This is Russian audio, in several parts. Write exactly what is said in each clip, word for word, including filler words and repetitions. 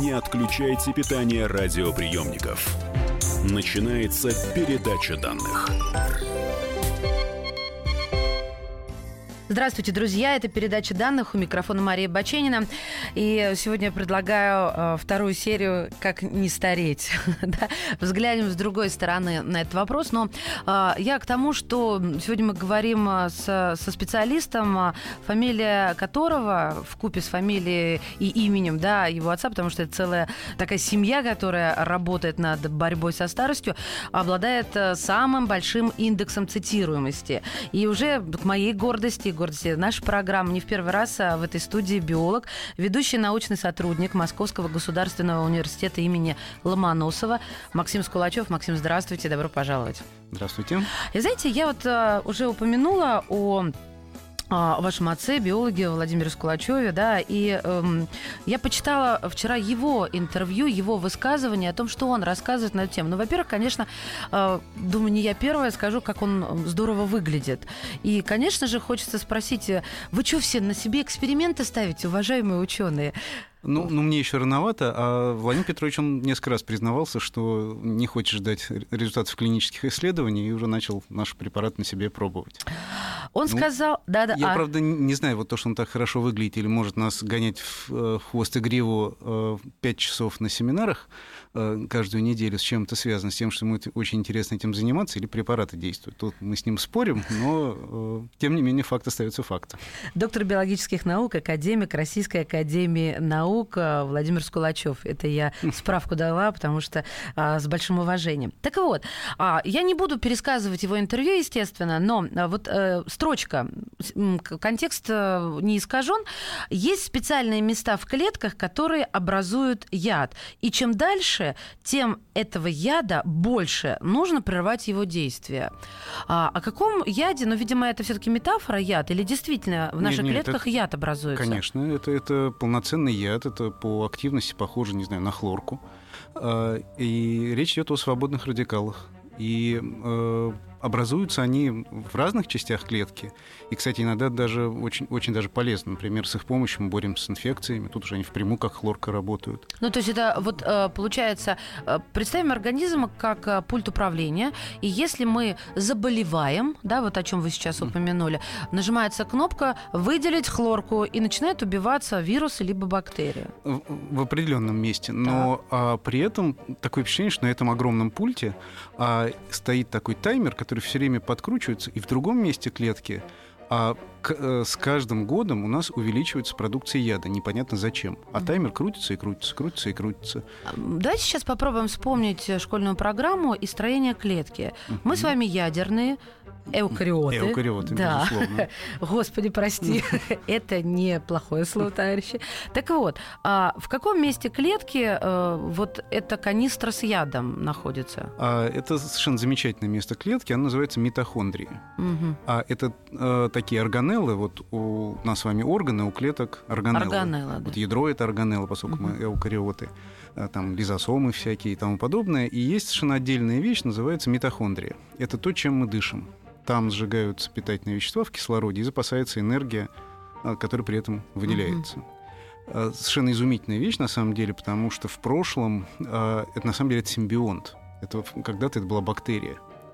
Не отключайте питание радиоприемников. Начинается передача данных. Здравствуйте, друзья. Это передача данных. У микрофона Мария Баченина. И сегодня я предлагаю э, вторую серию «Как не стареть». Да? Взглянем с другой стороны на этот вопрос. Но э, я к тому, что сегодня мы говорим с, со специалистом, фамилия которого вкупе с фамилией и именем, да, его отца, потому что это целая такая семья, которая работает над борьбой со старостью, обладает самым большим индексом цитируемости. И уже к моей гордости, гордости нашей программы не в первый раз в этой студии биолог, ведущий научный сотрудник Московского государственного университета имени Ломоносова Максим Скулачев. Максим, здравствуйте, добро пожаловать. Здравствуйте. И знаете, я вот а, уже упомянула о о вашем отце, биологе Владимире Скулачеве, да, и эм, я почитала вчера его интервью, его высказывание о том, что он рассказывает на эту тему. Ну, во-первых, конечно, э, думаю, не я первая скажу, как он здорово выглядит. И, конечно же, хочется спросить, вы что все на себе эксперименты ставите, уважаемые ученые? Ну, ну, мне еще рановато, а Владимир Петрович, он несколько раз признавался, что не хочет ждать результатов клинических исследований и уже начал наш препарат на себе пробовать. Он ну, сказал... Да, да, я, а... правда, не знаю, вот то, что он так хорошо выглядит или может нас гонять в хвост и гриву пять часов на семинарах каждую неделю, с чем это связано? С тем, что ему очень интересно этим заниматься, или препараты действуют? Тут мы с ним спорим, но, тем не менее, факт остается фактом. Доктор биологических наук, академик Российской академии наук Владимир Скулачев. Это я справку дала, потому что а, с большим уважением. Так вот, а, я не буду пересказывать его интервью, естественно, но а, вот а, строчка, контекст а, не искажен. Есть специальные места в клетках, которые образуют яд. И чем дальше, тем этого яда больше. Нужно прервать его действие. А, о каком яде? Ну, видимо, это все-таки метафора яд, или действительно в наших нет, нет, клетках это, яд образуется? Конечно, это, это полноценный яд, это по активности похоже, не знаю, на хлорку. И речь идет о свободных радикалах. И э, образуются они в разных частях клетки. И, кстати, иногда даже очень, очень даже полезно. Например, с их помощью мы боремся с инфекциями. Тут уже они впрямую как хлорка работают. Ну, то есть это вот получается, представим организм как пульт управления, и если мы заболеваем, да, вот о чем вы сейчас упомянули, нажимается кнопка «выделить хлорку», и начинает убиваться вирусы либо бактерии. В, в определенном месте. Но а, при этом такое впечатление, что на этом огромном пульте а, стоит такой таймер, который все время подкручивается, и в другом месте клетки а к, с каждым годом у нас увеличивается продукция яда, непонятно зачем. А таймер крутится и крутится, крутится и крутится. Давайте сейчас попробуем вспомнить школьную программу и строение клетки. Uh-huh. Мы с вами ядерные эукариоты. Эукариоты, да. Безусловно. Господи, прости, это не плохое слово, товарищи. Так вот, а в каком месте клетки вот эта канистра с ядом находится? Это совершенно замечательное место клетки, оно называется митохондрия. Uh-huh. А это такие органеллы, вот у нас с вами органы, у клеток органеллы. Органелла, да. Вот ядро — это органелла, поскольку uh-huh. мы эукариоты, там лизосомы всякие и тому подобное. И есть совершенно отдельная вещь, называется митохондрия. Это то, чем мы дышим. Там сжигаются питательные вещества в кислороде и запасается энергия, которая при этом выделяется. Uh-huh. Совершенно изумительная вещь, на самом деле, потому что в прошлом это, на самом деле, это симбионт. Это, когда-то это была бактерия.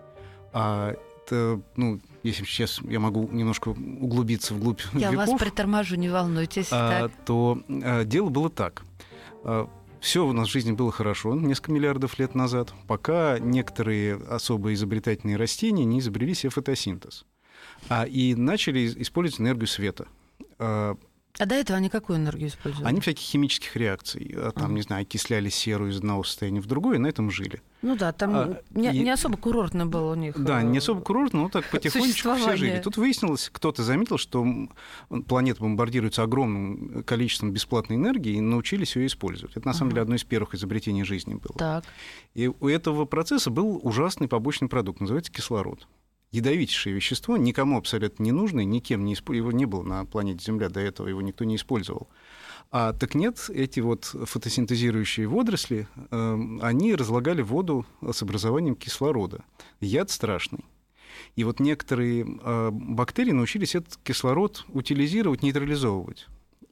А это, ну, если сейчас я могу немножко углубиться вглубь я веков, вас приторможу, не волнуйтесь, а, так. то а, дело было так. А, все у нас в жизни было хорошо несколько миллиардов лет назад, пока некоторые особо изобретательные растения не изобрели себе фотосинтез а, и начали использовать энергию света. А, А до этого они какую энергию использовали? Они всяких химических реакций. Там, а. не знаю, окисляли серу из одного состояния в другое, и на этом жили. Ну да, там а, не, и... не особо курортно было у них. Да, не особо курортно, но так потихонечку все жили. Тут выяснилось, кто-то заметил, что планета бомбардируется огромным количеством бесплатной энергии, и научились ее использовать. Это, на самом ага. деле, одно из первых изобретений жизни было. Так. И у этого процесса был ужасный побочный продукт, называется кислород. Ядовитейшее вещество, никому абсолютно не нужное, никем не использовал, его не было на планете Земля до этого, его никто не использовал. А так нет, эти вот фотосинтезирующие водоросли, э, они разлагали воду с образованием кислорода. Яд страшный. И вот некоторые э, бактерии научились этот кислород утилизировать, нейтрализовывать.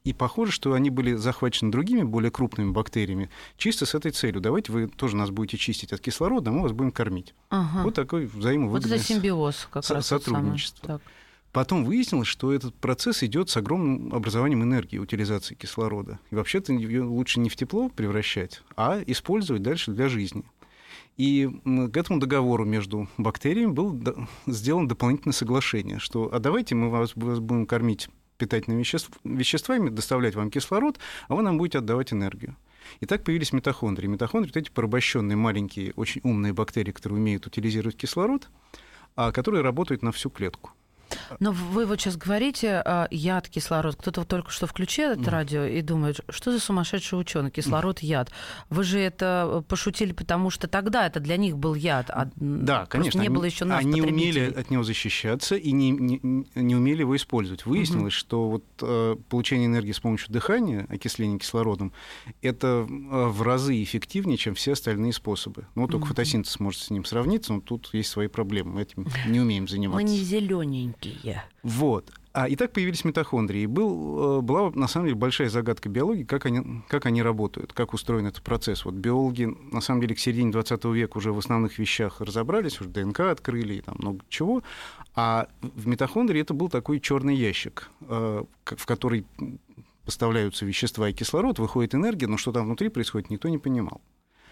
И похоже, что они были захвачены другими, более крупными бактериями, чисто с этой целью. Давайте вы тоже нас будете чистить от кислорода, а мы вас будем кормить. Ага. Вот такой взаимовыгодный вот это симбиоз как со- раз сотрудничество. Потом выяснилось, что этот процесс идет с огромным образованием энергии, утилизации кислорода. И вообще-то ее лучше не в тепло превращать, а использовать дальше для жизни. И к этому договору между бактериями было сделано дополнительное соглашение, что а давайте мы вас, вас будем кормить питательными веществ, веществами, доставлять вам кислород, а вы нам будете отдавать энергию. И так появились митохондрии. Митохондрии — это эти порабощенные маленькие, очень умные бактерии, которые умеют утилизировать кислород, а которые работают на всю клетку. Но вы вот сейчас говорите э, яд, кислород. Кто-то только что включил это mm. радио и думает, что за сумасшедший ученый, кислород, mm. яд. Вы же это пошутили, потому что тогда это для них был яд, а да, конечно, не они, было еще нас, они умели от него защищаться и не, не, не умели его использовать. Выяснилось, mm-hmm. что вот, э, получение энергии с помощью дыхания, окисление кислородом, это э, в разы эффективнее, чем все остальные способы. Ну, только mm-hmm. фотосинтез может с ним сравниться, но тут есть свои проблемы. Мы этим не умеем заниматься. Мы не зелененькие. Вот. А, и так появились митохондрии. И был, была, на самом деле, большая загадка биологии, как они, как они работают, как устроен этот процесс. Вот биологи, на самом деле, к середине двадцатого века уже в основных вещах разобрались, уже ДНК открыли и там много чего. А в митохондрии это был такой черный ящик, в который поставляются вещества и кислород, выходит энергия, но что там внутри происходит, никто не понимал.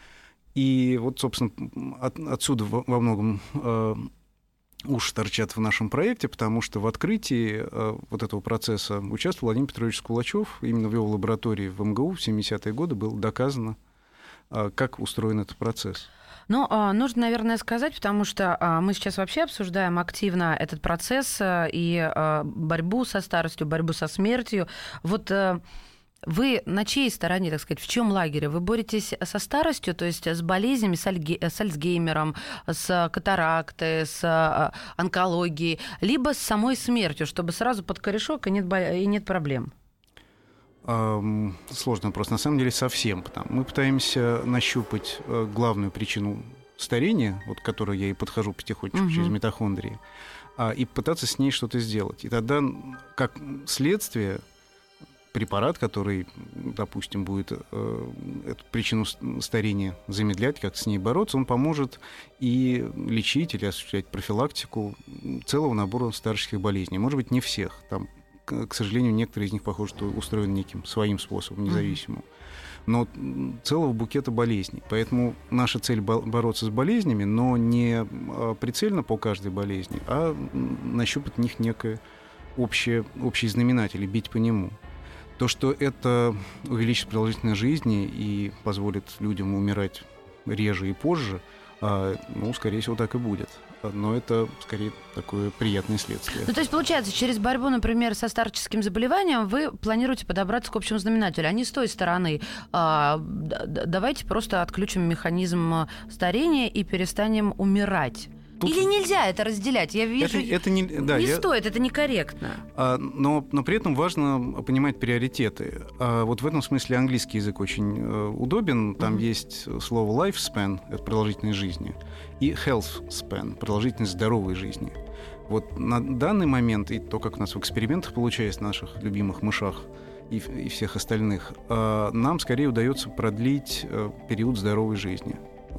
И вот, собственно, от, отсюда во многом уши торчат в нашем проекте, потому что в открытии э, вот этого процесса участвовал Владимир Петрович Скулачев. Именно в его лаборатории в эм гэ у в семидесятые годы было доказано, э, как устроен этот процесс. Ну, нужно, наверное, сказать, потому что мы сейчас вообще обсуждаем активно этот процесс и борьбу со старостью, борьбу со смертью. Вот вы на чьей стороне, так сказать, в чьем лагере? Вы боретесь со старостью, то есть с болезнями, с, альге... с Альцгеймером, с катарактой, с онкологией, либо с самой смертью, чтобы сразу под корешок и нет, бо... и нет проблем? Сложный вопрос. На самом деле совсем. Мы пытаемся нащупать главную причину старения, вот к которой я и подхожу потихонечку угу. через митохондрии, и пытаться с ней что-то сделать. И тогда, как следствие, препарат, который, допустим, будет э, эту причину старения замедлять, как с ней бороться, он поможет и лечить или осуществлять профилактику целого набора старческих болезней. Может быть, не всех. Там, к сожалению, некоторые из них, похоже, что устроены неким своим способом, независимым. Но целого букета болезней. Поэтому наша цель бороться с болезнями, но не прицельно по каждой болезни, а нащупать в них некое общее, общий знаменатель и бить по нему. То, что это увеличит продолжительность жизни и позволит людям умирать реже и позже, ну, скорее всего, так и будет. Но это, скорее, такое приятное следствие. Ну, то есть, получается, через борьбу, например, со старческим заболеванием вы планируете подобраться к общему знаменателю, а не с той стороны. А, давайте просто отключим механизм старения и перестанем умирать. Тут... Или нельзя это разделять? Я вижу, это, это не, да, не я... стоит, это некорректно. А, но, но при этом важно понимать приоритеты. А, вот в этом смысле английский язык очень uh, удобен. Там mm-hmm. есть слово lifespan, это продолжительность жизни, и health span, продолжительность здоровой жизни. Вот на данный момент, и то, как у нас в экспериментах получается, в наших любимых мышах и, и всех остальных, а, нам скорее удается продлить а, период здоровой жизни.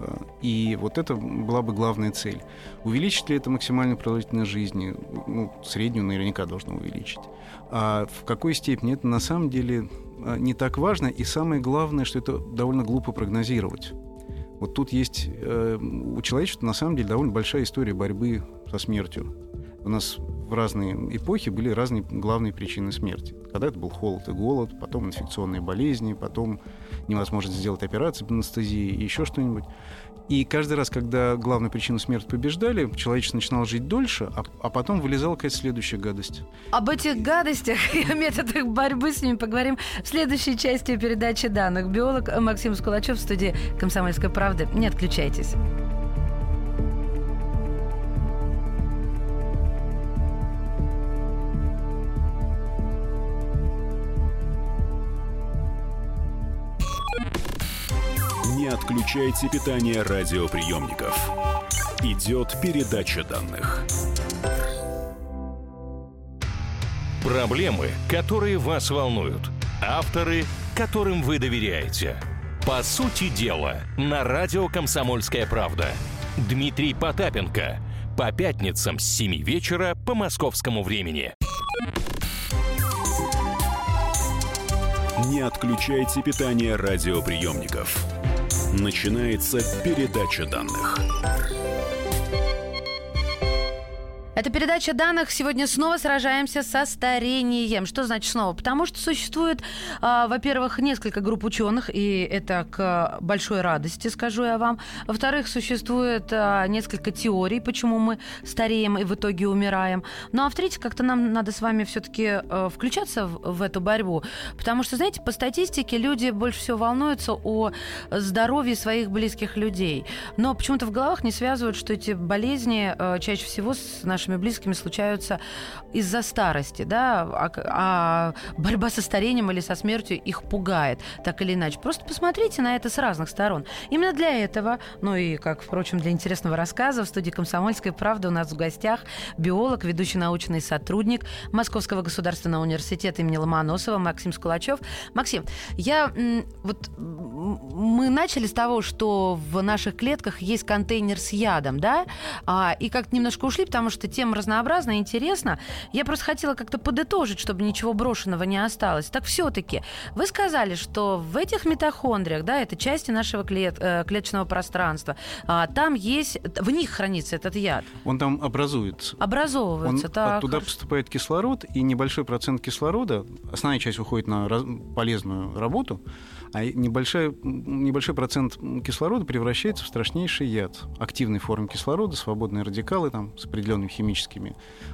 И вот это была бы главная цель. Увеличить ли это максимальную продолжительность жизни? Ну, среднюю наверняка должно увеличить. А в какой степени? Это на самом деле не так важно. И самое главное, что это довольно глупо прогнозировать. Вот тут есть у человечества на самом деле довольно большая история борьбы со смертью. У нас в разные эпохи были разные главные причины смерти. Когда-то был холод и голод, потом инфекционные болезни, потом невозможность сделать операцию без анестезии и еще что-нибудь. И каждый раз, когда главную причину смерти побеждали, человечество начинало жить дольше, а, а потом вылезала какая-то следующая гадость. Об этих гадостях и о методах борьбы с ними поговорим в следующей части передачи данных. Биолог Максим Скулачев в студии «Комсомольской правды». Не отключайтесь. Не отключайте питание радиоприемников. Идет передача данных. Проблемы, которые вас волнуют. Авторы, которым вы доверяете. По сути дела, на радио «Комсомольская правда». Дмитрий Потапенко. По пятницам с семи вечера по московскому времени. Не отключайте питание радиоприемников. Начинается передача данных. Это передача данных. Сегодня снова сражаемся со старением. Что значит снова? Потому что существует, а, во-первых, несколько групп ученых, и это к большой радости, скажу я вам. Во-вторых, существует а, несколько теорий, почему мы стареем и в итоге умираем. Ну а в-третьих, как-то нам надо с вами все-таки а, включаться в, в эту борьбу. Потому что, знаете, по статистике люди больше всего волнуются о здоровье своих близких людей. Но почему-то в головах не связывают, что эти болезни а, чаще всего с нашими близкими случаются из-за старости, да, а, а борьба со старением или со смертью их пугает, так или иначе. Просто посмотрите на это с разных сторон. Именно для этого, ну и, как, впрочем, для интересного рассказа, в студии «Комсомольской правды» у нас в гостях биолог, ведущий научный сотрудник Московского государственного университета имени Ломоносова Максим Скулачев. Максим, я вот мы начали с того, что в наших клетках есть контейнер с ядом, да, а, и как-то немножко ушли, потому что тема разнообразна, интересна. Я просто хотела как-то подытожить, чтобы ничего брошенного не осталось. Так все-таки вы сказали, что в этих митохондриях, да, это части нашего клет, э, клеточного пространства, а, там есть, в них хранится этот яд. Он там образуется. Образовывается, Он, так. Туда поступает кислород, и небольшой процент кислорода, основная часть уходит на раз, полезную работу, а небольшой, небольшой процент кислорода превращается в страшнейший яд. Активной формы кислорода, свободные радикалы там, с определенными химическими,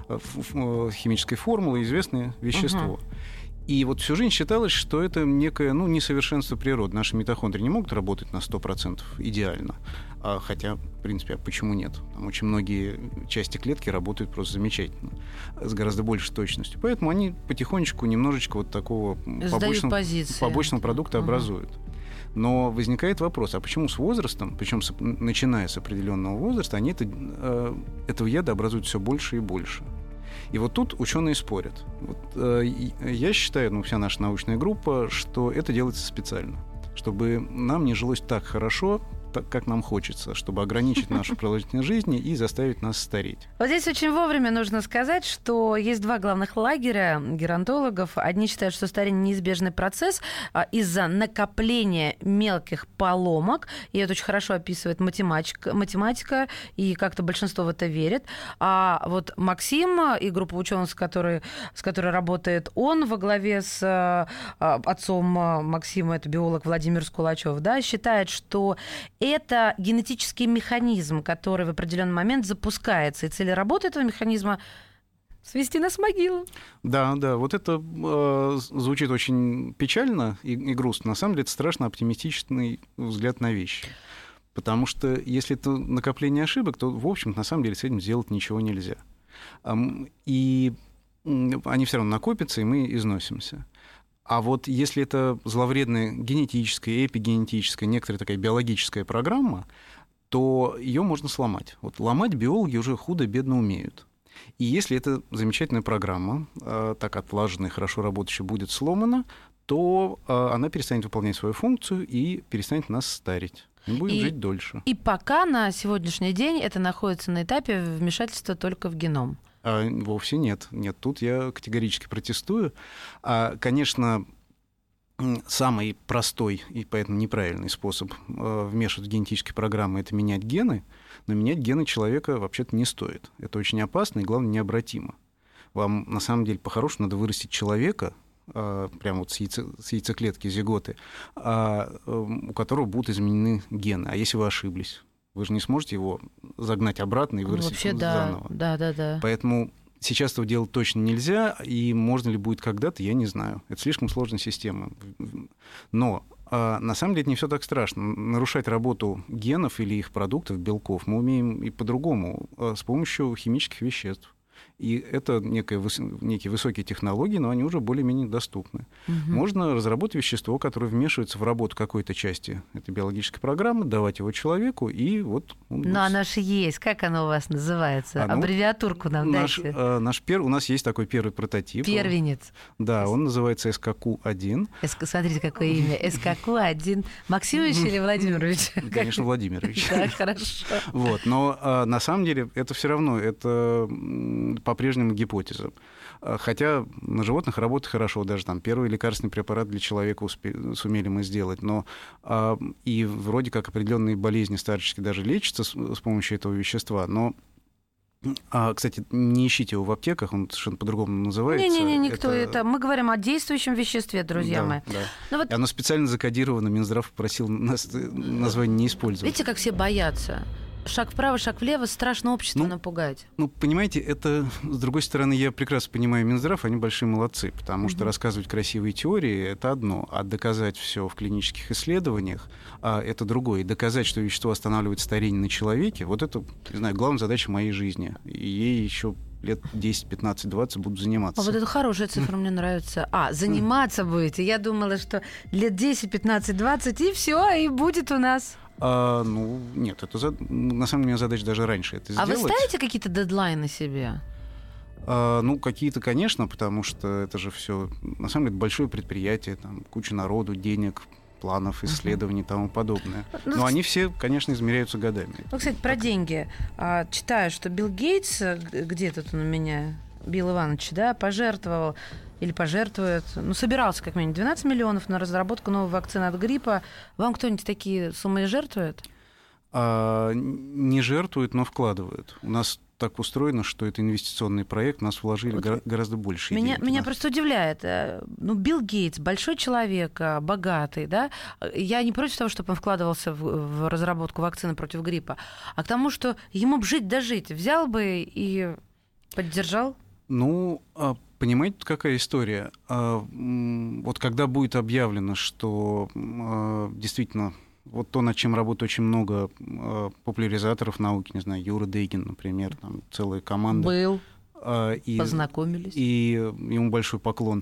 химической формулой, известное вещество. Uh-huh. И вот всю жизнь считалось, что это некое, ну, несовершенство природы. Наши митохондрии не могут работать на сто процентов идеально. А, хотя, в принципе, а почему нет? Там очень многие части клетки работают просто замечательно, с гораздо большей точностью. Поэтому они потихонечку, немножечко вот такого побочного, побочного продукта uh-huh. образуют. Но возникает вопрос, а почему с возрастом, причем с, начиная с определенного возраста, они это, э, этого яда образуют все больше и больше? И вот тут ученые спорят. Вот, э, я считаю, ну, вся наша научная группа, что это делается специально, чтобы нам не жилось так хорошо, так, как нам хочется, чтобы ограничить нашу продолжительность жизни и заставить нас стареть. Вот здесь очень вовремя нужно сказать, что есть два главных лагеря геронтологов. Одни считают, что старение неизбежный процесс из-за накопления мелких поломок, и это очень хорошо описывает математика, математика, и как-то большинство в это верит. А вот Максим и группа ученых, с которой, с которой работает он во главе с отцом Максима, это биолог Владимир Скулачев, да, считает, что это генетический механизм, который в определенный момент запускается. И цель работы этого механизма — свести нас в могилу. Да, да, вот это э, звучит очень печально и, и грустно. На самом деле это страшно оптимистичный взгляд на вещи. Потому что если это накопление ошибок, то, в общем, на самом деле с этим сделать ничего нельзя. Эм, и они все равно накопятся, и мы износимся. А вот если это зловредная генетическая, эпигенетическая, некоторая такая биологическая программа, то ее можно сломать. Вот ломать биологи уже худо-бедно умеют. И если эта замечательная программа, так отлаженная, хорошо работающая, будет сломана, то она перестанет выполнять свою функцию и перестанет нас старить. Мы будем и, жить дольше. И пока на сегодняшний день это находится на этапе вмешательства только в геном. А, вовсе нет. Нет, тут я категорически протестую. А, конечно, самый простой и поэтому неправильный способ вмешивать в генетические программы — это менять гены, но менять гены человека вообще-то не стоит. Это очень опасно и, главное, необратимо. Вам, на самом деле, по-хорошему надо вырастить человека, прямо вот с, яйце, с яйцеклетки, зиготы, у которого будут изменены гены. А если вы ошиблись? Вы же не сможете его загнать обратно и вырастить Вообще, заново. Да, да, да. Поэтому сейчас этого делать точно нельзя, и можно ли будет когда-то, я не знаю. Это слишком сложная система. Но а, на самом деле это не все так страшно. Нарушать работу генов или их продуктов, белков, мы умеем и по-другому, с помощью химических веществ. И это некие, некие высокие технологии, но они уже более-менее доступны. Угу. Можно разработать вещество, которое вмешивается в работу какой-то части этой биологической программы, давать его человеку, и вот... Он но будет... оно же есть. Как оно у вас называется? А, ну, аббревиатурку нам наш, дайте. А, наш пер... У нас есть такой первый прототип. Первенец. Да, он называется эс ка ку один. Смотрите, какое имя. эс ка ку один. Максимович или Владимирович? Конечно, Владимирович. Да, хорошо. Вот, но а, на самом деле это все равно, это по-прежнему гипотеза. Хотя на животных работает хорошо, даже там первый лекарственный препарат для человека успе- сумели мы сделать, но а, и вроде как определенные болезни старческие даже лечатся с, с помощью этого вещества, но А, кстати, не ищите его в аптеках, он совершенно по-другому называется. Не-не-не, никто это... это... Мы говорим о действующем веществе, друзья да, мои. Да. Ну, вот... Оно специально закодировано, Минздрав просил нас название не использовать. Видите, как все боятся? Шаг вправо, шаг влево, страшно общество ну, напугать. Ну, понимаете, это, с другой стороны, я прекрасно понимаю Минздрав, они большие молодцы, потому mm-hmm. что рассказывать красивые теории — это одно, а доказать все в клинических исследованиях а, — это другое. И доказать, что вещество останавливает старение на человеке, вот это, не знаю, главная задача моей жизни. И ей еще лет десять, пятнадцать, двадцать буду заниматься. А вот это хорошая цифра, мне нравится. А, заниматься будете. Я думала, что лет десять, пятнадцать, двадцать, и все, и будет у нас... А, ну, нет, это за... на самом деле задача даже раньше это а сделать. А вы ставите какие-то дедлайны себе? А, ну, какие-то, конечно, потому что это же все, на самом деле, большое предприятие, там куча народу, денег, планов, исследований и uh-huh. тому подобное. Но ну, они все, конечно, измеряются годами. Ну, кстати, про так. деньги. А, читаю, что Билл Гейтс, где тут он у меня, Билл Иванович, да, пожертвовал или пожертвует, ну, собирался как минимум двенадцать миллионов на разработку новой вакцины от гриппа. Вам кто-нибудь такие суммы жертвует? А, не жертвует, но вкладывает. У нас так устроено, что это инвестиционный проект, нас вложили вот гора- гораздо больше. Меня, меня просто удивляет. Ну, Билл Гейтс, большой человек, богатый, да? Я не против того, чтобы он вкладывался в, в разработку вакцины против гриппа, а к тому, что ему бы жить да жить. Взял бы и поддержал? Ну, понимаете, какая история? Вот когда будет объявлено, что действительно вот то, над чем работает очень много популяризаторов науки, не знаю, Юра Дейгин, например, там целая команда. Был, и, познакомились. И ему большой поклон.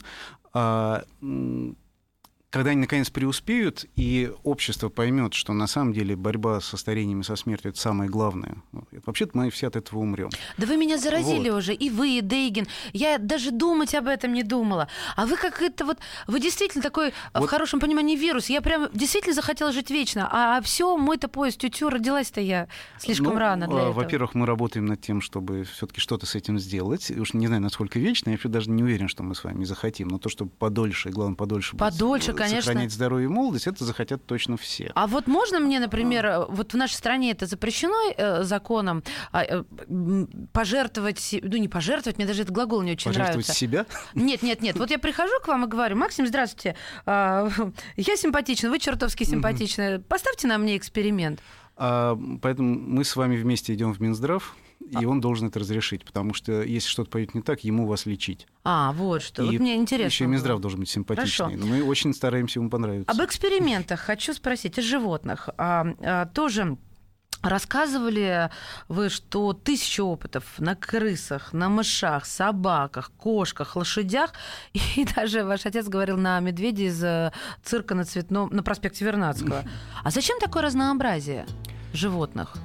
Когда они наконец преуспеют, и общество поймет, что на самом деле борьба со старением и со смертью — это самое главное. Вообще-то мы все от этого умрем. Да вы меня заразили вот. уже, и вы, и Дейгин. Я даже думать об этом не думала. А вы как это вот... Вы действительно такой, вот. в хорошем понимании, вирус. Я прям действительно захотела жить вечно. А все, мой-то поезд, тютю, родилась-то я слишком ну, рано для а, этого. Во-первых, мы работаем над тем, чтобы все-таки что-то с этим сделать. Уж не знаю, насколько вечно, я вообще даже не уверен, что мы с вами захотим. Но то, чтобы подольше, и главное, подольше... Подольше, быть, конечно. сохранять здоровье и молодость, это захотят точно все. А вот можно мне, например, а. вот в нашей стране это запрещено э, законом, э, пожертвовать, ну не пожертвовать, мне даже этот глагол не очень пожертвовать нравится. себя? Нет, нет, нет. Вот я прихожу к вам и говорю: Максим, здравствуйте, э, я симпатична, вы чертовски симпатичны. Поставьте на мне эксперимент. А, поэтому мы с вами вместе идем в Минздрав, и он должен это разрешить, потому что если что-то пойдет не так, ему вас лечить. А, вот что. И вот мне интересно. Еще и Минздрав должен быть симпатичный. Но мы очень стараемся ему понравиться. Об экспериментах хочу спросить. О животных. А, а, тоже рассказывали вы, что тысячи опытов на крысах, на мышах, собаках, кошках, лошадях, и даже ваш отец говорил на медведе из цирка на Цветном, на проспекте Вернадского. А зачем такое разнообразие животных?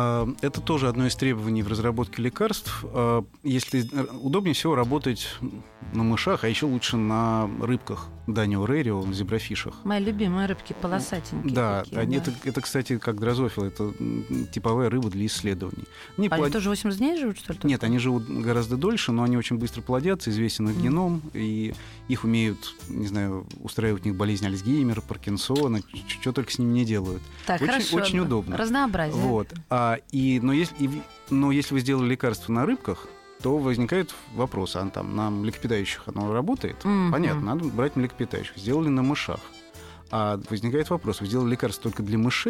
Это тоже одно из требований в разработке лекарств. Если удобнее всего работать на мышах, а еще лучше на рыбках Данио Рерио, на зеброфишах. Мои любимые рыбки, полосатенькие. Да, такие, они, да. Это, это, кстати, как дрозофил, это типовая рыба для исследований. Они, они плод... тоже восемьдесят дней живут, что ли? Нет, они живут гораздо дольше, но они очень быстро плодятся, известен их mm. геном, и их умеют, не знаю, устраивать у них болезнь Альцгеймера, Паркинсона, что только с ними не делают. Так, очень, хорошо. Очень удобно. Разнообразие. Вот. А, и, но, если, и, но если вы сделали лекарство на рыбках, то возникает вопрос, а там на млекопитающих оно работает? Mm-hmm. Понятно, надо брать млекопитающих. Сделали на мышах. А возникает вопрос, вы сделали лекарство только для мышей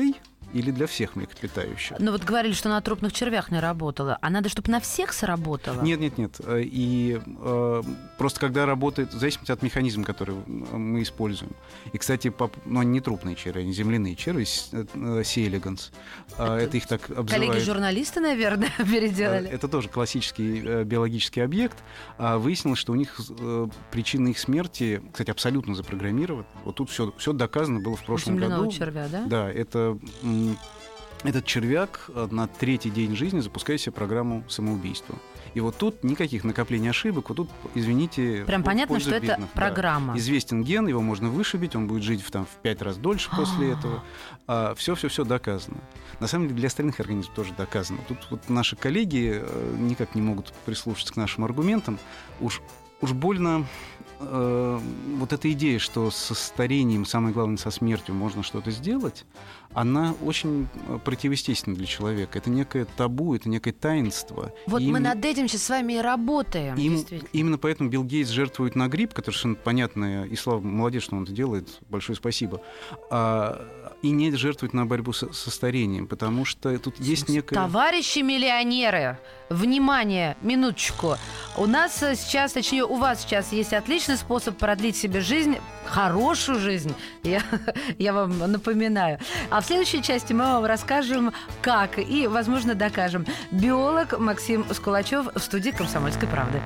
или для всех млекопитающих. Ну вот говорили, что на трупных червях не работало. А надо, чтобы на всех сработало? Нет, нет, нет. И э, просто когда работает, в зависимости от механизма, который мы используем. И, кстати, поп... ну, они не трупные черви, они земляные черви, C. elegans. Это, это их так обзывают. Коллеги-журналисты, наверное, переделали. Это тоже классический э, биологический объект. А выяснилось, что у них э, причина их смерти, кстати, абсолютно запрограммирована. Вот тут все, все доказано было в прошлом году. Земляного червя, да? Да, это... М- этот червяк на третий день жизни запускает себе программу самоубийства. И вот тут никаких накоплений ошибок, вот тут, извините... Прям понятно, что это бедных. программа. Да. Известен ген, его можно вышибить, он будет жить в, там, в пять раз дольше после этого. А, все-все-все доказано. На самом деле для остальных организмов тоже доказано. Тут вот наши коллеги никак не могут прислушаться к нашим аргументам. Уж, уж больно... вот эта идея, что со старением, самое главное, со смертью можно что-то сделать, она очень противоестественна для человека. Это некое табу, это некое таинство. Вот и мы им... над этим сейчас с вами и работаем. Им... Именно поэтому Билл Гейтс жертвует на грипп, который совершенно понятно, и слава, молодец, что он это делает, большое спасибо. А... И не жертвует на борьбу со, со старением, потому что тут есть некое... Товарищи миллионеры, внимание, минуточку. У нас сейчас, точнее, у вас сейчас есть отличный способ продлить себе жизнь, хорошую жизнь, я, я вам напоминаю. А в следующей части мы вам расскажем, как и, возможно, докажем. Биолог Максим Скулачев в студии «Комсомольской правды».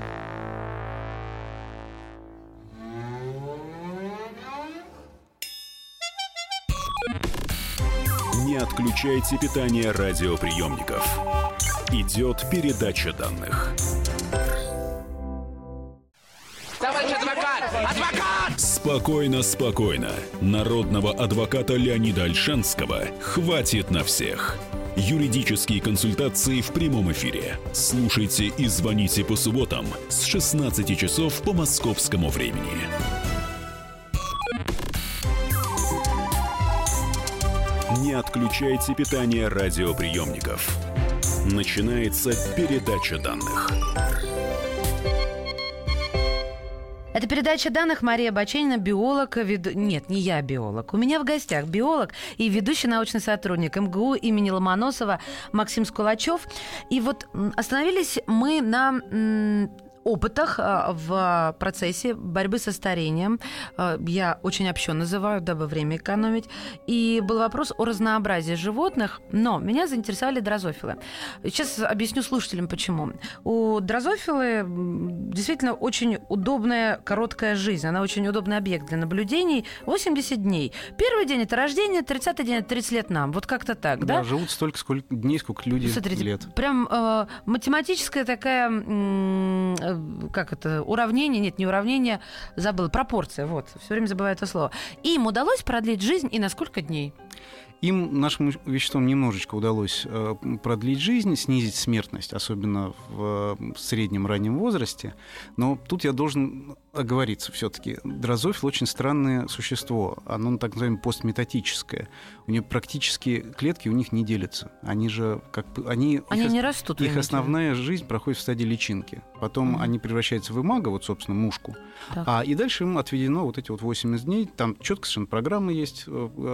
Не отключайте питание радиоприемников. Идет передача данных. Товарищ адвокат! Адвокат! Спокойно, спокойно. Народного адвоката Леонида Ольшанского хватит на всех. Юридические консультации в прямом эфире. Слушайте и звоните по субботам с шестнадцати часов по московскому времени. Не отключайте питание радиоприемников. Начинается передача данных. Это передача данных. Мария Баченина, биолог, веду... нет, не я биолог. У меня в гостях биолог и ведущий научный сотрудник эм гэ у имени Ломоносова Максим Скулачев. И вот остановились мы на м- опытах в процессе борьбы со старением. Я очень общо называю, дабы время экономить. И был вопрос о разнообразии животных, но меня заинтересовали дрозофилы. Сейчас объясню слушателям, почему. У дрозофилы действительно очень удобная короткая жизнь. Она очень удобный объект для наблюдений. восемьдесят дней. Первый день – это рождение, тридцатый день – это тридцать лет нам. Вот как-то так, да? Да, живут столько сколько дней, сколько люди Смотрите, лет. Прям э, математическая такая... М- как это, уравнение, нет, не уравнение, забыла, пропорция, вот, все время забываю это слово. Им удалось продлить жизнь и на сколько дней? Им, нашим веществам, немножечко удалось э, продлить жизнь, снизить смертность, особенно в, в среднем раннем возрасте. Но тут я должен оговориться все-таки. Дрозофил очень странное существо. Оно так называемое постметатическое. У него практически клетки у них не делятся. Они же как бы... Они, они их, не растут. Их основная жизнь проходит в стадии личинки. Потом mm-hmm. они превращаются в имаго, вот, собственно, мушку. А, и дальше им отведено вот эти вот восемьдесят дней. Там четко совершенно программа есть.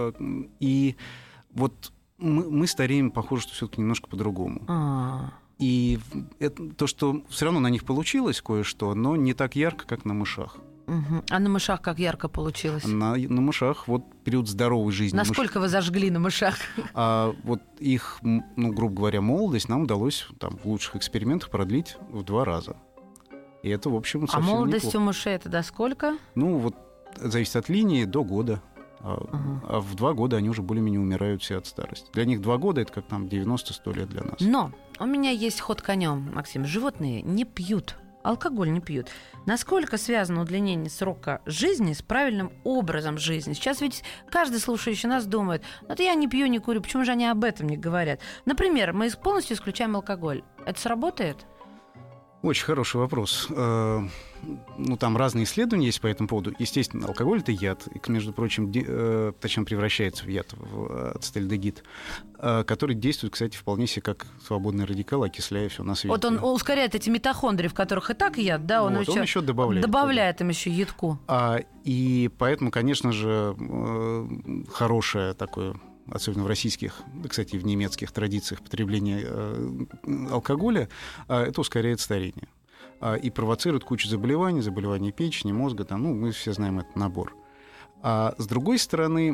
И вот мы, мы стареем, похоже, что все-таки немножко по-другому. А-а-а. И это, то, что все равно на них получилось кое-что, но не так ярко, как на мышах. Угу. А на мышах как ярко получилось? На, на мышах вот период здоровой жизни. Насколько мыш... вы зажгли на мышах? А вот их, ну, грубо говоря, молодость нам удалось там, в лучших экспериментах продлить в два раза. И это, в общем, совсем неплохо. А молодость у мышей это до сколько? Ну, вот зависит от линии, до года. А, uh-huh. а в два года они уже более-менее умирают все от старости. Для них два года — это как там девяносто-сто лет для нас. Но у меня есть ход конем, Максим. Животные не пьют, алкоголь не пьют. Насколько связано удлинение срока жизни с правильным образом жизни? Сейчас ведь каждый слушающий нас думает: вот я не пью, не курю, почему же они об этом не говорят? Например, мы полностью исключаем алкоголь. Это сработает? Очень хороший вопрос. Ну, там разные исследования есть по этому поводу. Естественно, алкоголь — это яд. И, между прочим, де, точнее, превращается в яд, в ацетальдегид, который действует, кстати, вполне себе как свободный радикал, окисляя все на свете. Вот он ускоряет эти митохондрии, в которых и так яд, да? Он, вот, еще, он еще добавляет. Добавляет им еще ядку. А, и поэтому, конечно же, хорошее такое особенно в российских, кстати, в немецких традициях потребления э, алкоголя, э, это ускоряет старение. Э, и провоцирует кучу заболеваний, заболеваний печени, мозга, там, ну, мы все знаем этот набор. А с другой стороны,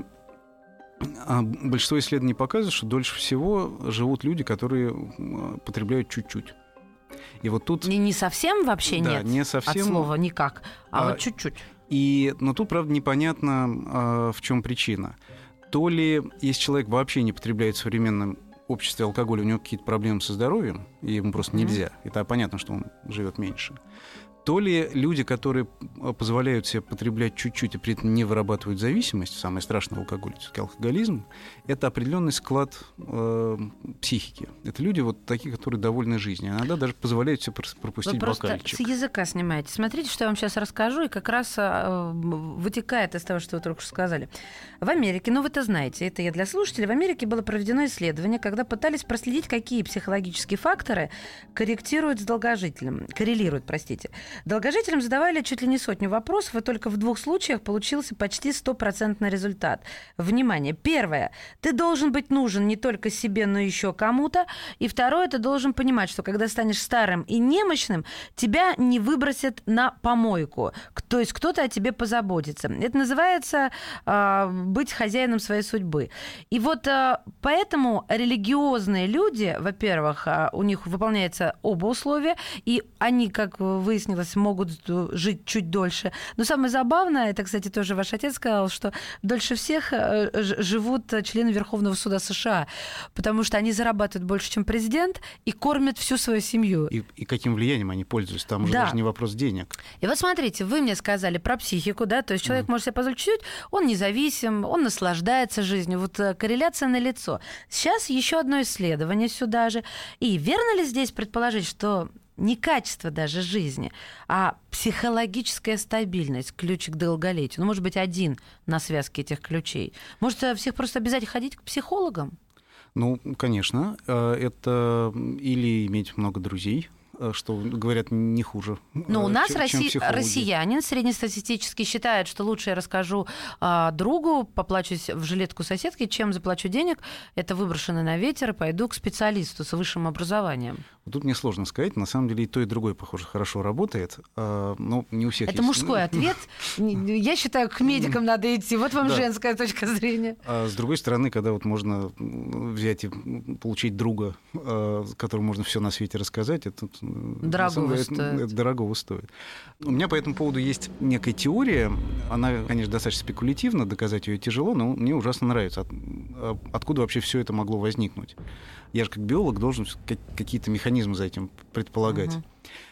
э, большинство исследований показывает, что дольше всего живут люди, которые э, потребляют чуть-чуть. И вот тут... Не, не совсем вообще да, нет не совсем, от слова никак, а, а вот чуть-чуть. И, но тут, правда, непонятно, э, в чем причина. То ли, если человек вообще не потребляет в современном обществе алкоголь, у него какие-то проблемы со здоровьем, и ему просто mm-hmm. нельзя, и тогда понятно, что он живет меньше. То ли люди, которые позволяют себе потреблять чуть-чуть и при этом не вырабатывают зависимость, самое страшное в алкоголе, все-таки алкоголизм, это определенный склад э, психики. Это люди вот такие, которые довольны жизнью. Иногда даже позволяют себе пропустить Вы просто бокальчик. С языка снимаете. Смотрите, что я вам сейчас расскажу, и как раз э, вытекает из того, что вы только что сказали. В Америке, ну вы это знаете, это я для слушателей, в Америке было проведено исследование, когда пытались проследить, какие психологические факторы корректируют с долгожителем, коррелируют, простите. Долгожителям задавали чуть ли не сотню вопросов, и только в двух случаях получился почти стопроцентный результат. Внимание! Первое. Ты должен быть нужен не только себе, но еще кому-то. И второе. Ты должен понимать, что когда станешь старым и немощным, тебя не выбросят на помойку. То есть кто-то о тебе позаботится. Это называется э, быть хозяином своей судьбы. И вот э, поэтому религиозные люди, во-первых, э, у них выполняется оба условия, и они, как выяснилось, могут жить чуть дольше. Но самое забавное, это, кстати, тоже ваш отец сказал, что дольше всех живут члены Верховного суда США, потому что они зарабатывают больше, чем президент, и кормят всю свою семью. И, и каким влиянием они пользуются? Там уже да. даже не вопрос денег. И вот смотрите, вы мне сказали про психику, да, то есть человек mm. может себе позволить чуть-чуть, он независим, он наслаждается жизнью. Вот корреляция налицо. Сейчас еще одно исследование сюда же. И верно ли здесь предположить, что не качество даже жизни, а психологическая стабильность, ключ к долголетию? Ну, может быть, один на связке этих ключей. Может, всех просто обязать ходить к психологам? Ну, конечно. Это или иметь много друзей, что, говорят, не хуже. Но у нас чем, Росси... чем россиянин среднестатистически считает, что лучше я расскажу а, другу, поплачусь в жилетку соседки, чем заплачу денег, это выброшено на ветер, и пойду к специалисту с высшим образованием. Тут мне сложно сказать. На самом деле и то, и другое, похоже, хорошо работает. Но не у всех это есть... мужской ответ. Я считаю, к медикам надо идти. Вот вам да. женская точка зрения. А с другой стороны, когда вот можно взять и получить друга, которому можно все на свете рассказать, это дорогого деле, стоит. Это, это дорогого стоит. У меня по этому поводу есть некая теория. Она, конечно, достаточно спекулятивна, доказать ее тяжело, но мне ужасно нравится. От, откуда вообще все это могло возникнуть? Я же как биолог должен какие-то механизмы за этим предполагать. Uh-huh.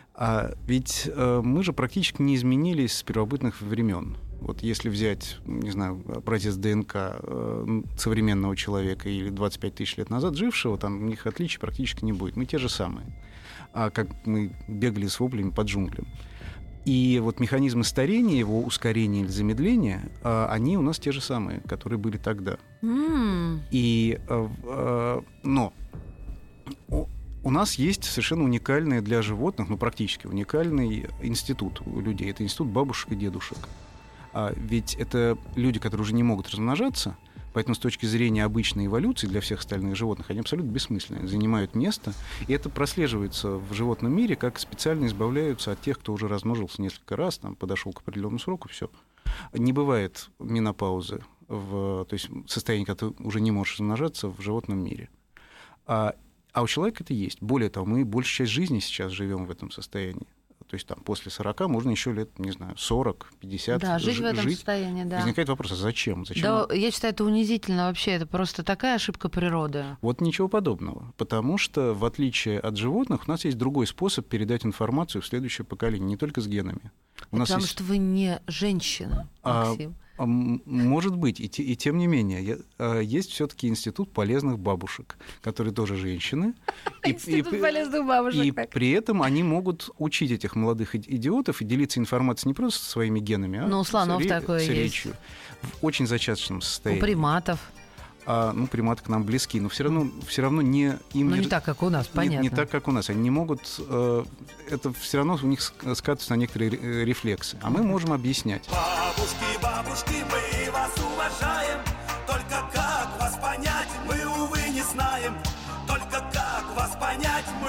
А ведь э, мы же практически не изменились с первобытных времен. Вот если взять, не знаю, образец ДНК э, современного человека или двадцать пять тысяч лет назад жившего, там у них отличий практически не будет. Мы те же самые. А как мы бегали с воплями по джунглям. И вот механизмы старения, его ускорения или замедления, э, они у нас те же самые, которые были тогда. Mm. И, э, э, но у нас есть совершенно уникальный для животных, ну, практически уникальный институт у людей. Это институт бабушек и дедушек. А ведь это люди, которые уже не могут размножаться, поэтому с точки зрения обычной эволюции для всех остальных животных они абсолютно бессмысленны, занимают место. И это прослеживается в животном мире, как специально избавляются от тех, кто уже размножился несколько раз, там, подошел к определенному сроку, все. Не бывает менопаузы, в, то есть состояние, когда ты уже не можешь размножаться в животном мире. А А у человека это есть. Более того, мы большую часть жизни сейчас живем в этом состоянии. То есть там после сорока можно еще лет, не знаю, сорок, пятьдесят да, жить ж- в этом жить. состоянии, да. Возникает вопрос, а зачем? зачем? Да, я считаю, это унизительно вообще. Это просто такая ошибка природы. Вот ничего подобного. Потому что, в отличие от животных, у нас есть другой способ передать информацию в следующее поколение, не только с генами. У нас потому есть... что вы не женщина, Максим. А... Может быть, и, те, и тем не менее, есть все-таки институт полезных бабушек, которые тоже женщины. Институт полезных бабушек. И при этом они могут учить этих молодых идиотов и делиться информацией не просто со своими генами, а ну, у слонов с, такое с есть. речью. В очень зачаточном состоянии. У приматов. А, ну, приматы к нам близки, но все равно, все равно не... Им ну, не, не так, как у нас, понятно. Не, не так, как у нас. Они не могут... Э, это все равно у них скатывается на некоторые рефлексы. А мы можем объяснять. Бабушки, бабушки, мы вас уважаем. Только как вас понять? знаем, только как вас понять мы,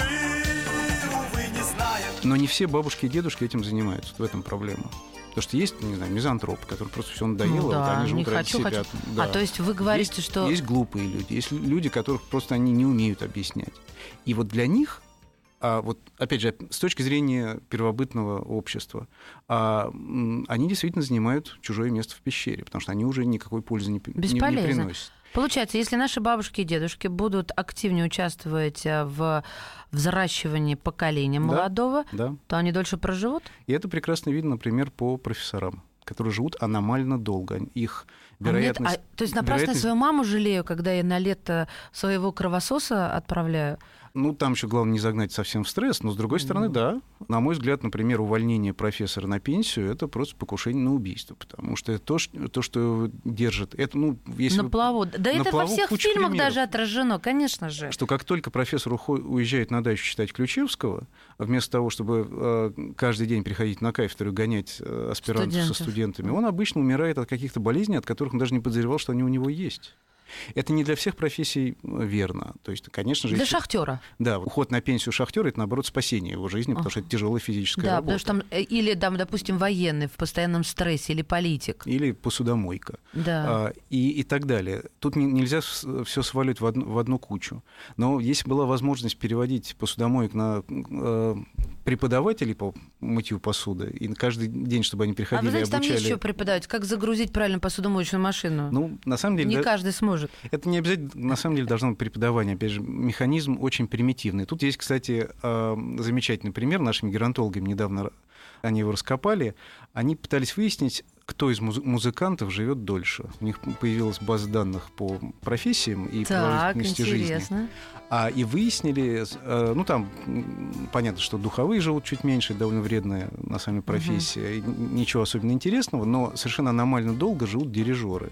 увы, не знаем. Но не все бабушки и дедушки этим занимаются, в этом проблема. Потому что есть, не знаю, мизантропы, которые просто все надоело, Ну да, вот они не живут ради хочу, себя. хочу. Да. А то есть вы говорите, есть, что... Есть глупые люди, есть люди, которых просто они не умеют объяснять. И вот для них, а вот опять же, с точки зрения первобытного общества, а, они действительно занимают чужое место в пещере, потому что они уже никакой пользы не, не, не приносят. Получается, если наши бабушки и дедушки будут активнее участвовать в взращивании поколения Да, молодого, да. то они дольше проживут? И это прекрасно видно, например, по профессорам, которые живут аномально долго. Их вероятность... А нет, а, то есть напрасно вероятность... свою маму жалею, когда я на лето своего кровососа отправляю? Ну, там еще главное не загнать совсем в стресс, но, с другой стороны, да. На мой взгляд, например, увольнение профессора на пенсию — это просто покушение на убийство, потому что это то, что, то, что держит... Это, ну, если на плаву. Да на это плаву во всех куча фильмах примеров. даже отражено, конечно же. Что как только профессор уходит, уезжает на дачу читать Ключевского, вместо того, чтобы э, каждый день приходить на кафедру и гонять э, аспирантов Студентов. со студентами, он обычно умирает от каких-то болезней, от которых он даже не подозревал, что они у него есть. Это не для всех профессий верно. То есть, конечно же, Для если... шахтера. Да, уход на пенсию шахтера — это, наоборот, спасение его жизни, потому Ага. что это тяжелая физическая Да, работа. потому что там, э, или там, допустим, военный в постоянном стрессе, или политик. Или посудомойка. Да. А, и, и так далее. Тут не, нельзя все сваливать в одну, в одну кучу. Но если была возможность переводить посудомоек на э, преподавателей по мытью посуды, и каждый день, чтобы они А приходили вы знаете, и там обучали... есть еще преподавать, как загрузить правильно посудомоечную машину. Ну, на самом деле... Не да, каждый сможет. это не обязательно, на самом деле, должно быть преподавание. Опять же, механизм очень примитивный. Тут есть, кстати, э, замечательный пример. Нашими геронтологами недавно они его раскопали. Они пытались выяснить, кто из муз- музыкантов живет дольше. У них появилась база данных по профессиям и Так, продолжительности жизни. интересно. А, и выяснили, э, ну там м, понятно, что духовые живут чуть меньше, довольно вредная на самом деле профессия, и ничего особенно интересного, но совершенно аномально долго живут дирижеры.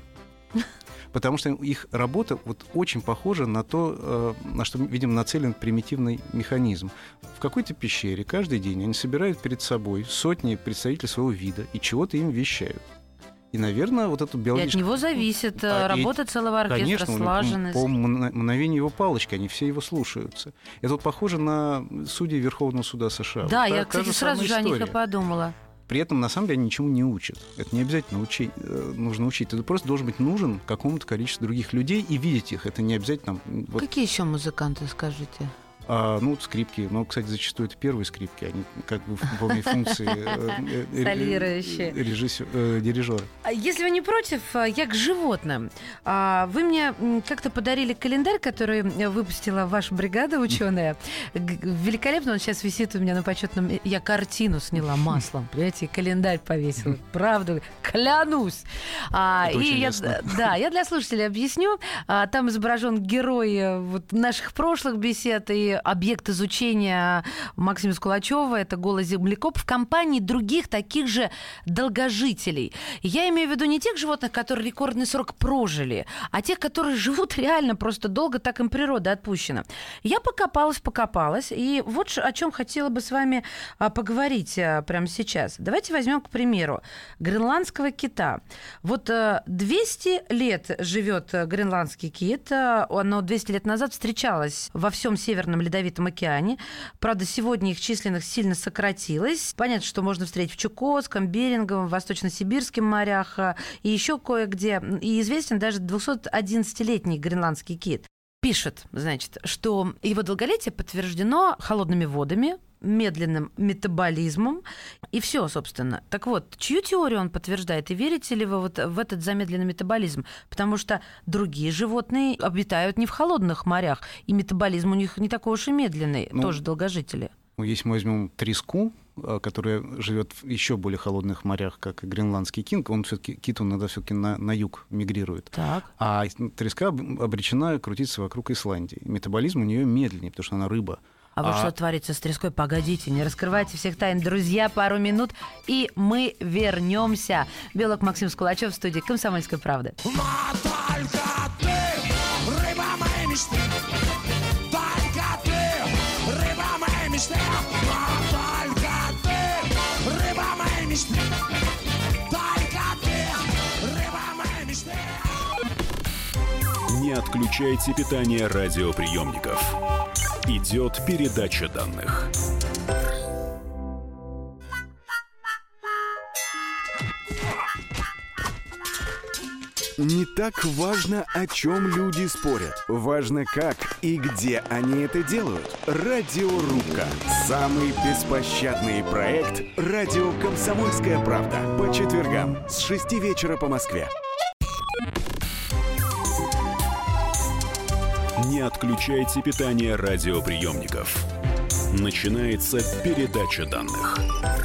Потому что их работа вот очень похожа на то, э, на что, видимо, нацелен примитивный механизм. В какой-то пещере каждый день они собирают перед собой сотни представителей своего вида и чего-то им вещают. И, наверное, вот эту И от биологическую... него зависит э, А, и- работа целого оркестра, Конечно, у него слаженность. по мгно- мгновению его палочки, они все его слушаются. Это вот похоже на судей Верховного суда США. Да, Вот та- я, та кстати, же сразу самая же о них и история. подумала. При этом, на самом деле, они ничему не учат. Это не обязательно учить, э, нужно учить. Ты просто должен быть нужен какому-то количеству других людей и видеть их. Это не обязательно... там, вот, Какие еще музыканты, скажите? а, ну, скрипки. Но, кстати, зачастую это первые скрипки. Они как бы выполняют функции э, э, Солирующие. э, режиссё- э, дирижера. А Если вы не против, э, я к животным. А, Вы мне м, как-то подарили календарь, который э, выпустила ваша бригада ученая. Г- Великолепно, он сейчас висит у меня на почетном. Я картину сняла маслом, понимаете, и календарь повесила. Правда, клянусь. А, Это и очень я, лестно. да, я для слушателей объясню. А, Там изображен герой э, вот, наших прошлых бесед и объект изучения Максима Скулачева. Это голый землекоп в компании других таких же долгожителей. Я имею в виду не тех животных, которые рекордный срок прожили, а тех, которые живут реально просто долго, так им природа отпущена. Я покопалась, покопалась, и вот ш- о чем хотела бы с вами а, поговорить а, прямо сейчас. Давайте возьмем, к примеру, гренландского кита. Вот а, двести лет живет а, гренландский кит. А, Оно двести лет назад встречалось во всем Северном Ледовитом океане. Правда, сегодня их численность сильно сократилась. Понятно, что можно встретить в Чукотском, Беринговом, Восточно-Сибирском морях а, и еще кое-где. И известен даже двухсотодиннадцатилетний гренландский кит. Пишет, значит, что его долголетие подтверждено холодными водами, медленным метаболизмом, и все, собственно. Так вот, чью теорию он подтверждает, и верите ли вы вот в этот замедленный метаболизм? Потому что другие животные обитают не в холодных морях, и метаболизм у них не такой уж и медленный, Ну, тоже долгожители. Ну, если мы возьмем треску, а, которая живет в еще более холодных морях, как и гренландский кинг, он все-таки кит, он иногда все-таки на, на юг мигрирует. Так. А треска об- обречена крутиться вокруг Исландии. Метаболизм у нее медленнее, потому что она рыба. А вот А- что творится с треской? Погодите, не раскрывайте всех тайн. Друзья, пару минут, и мы вернемся. Биолог Максим Скулачев в студии «Комсомольской правды». Но только ты, рыба моей мечты. Только ты, рыба моей мечты. Но только ты, рыба моей мечты. Только ты, рыба моей мечты. Не Не отключайте питание радиоприемников. Идет передача данных. Не так важно, о чем люди спорят. Важно, как и где они это делают. Радиорубка. Самый беспощадный проект «Радио Комсомольская правда». По четвергам с шести вечера по Москве. Не отключайте питание радиоприемников. Начинается передача данных.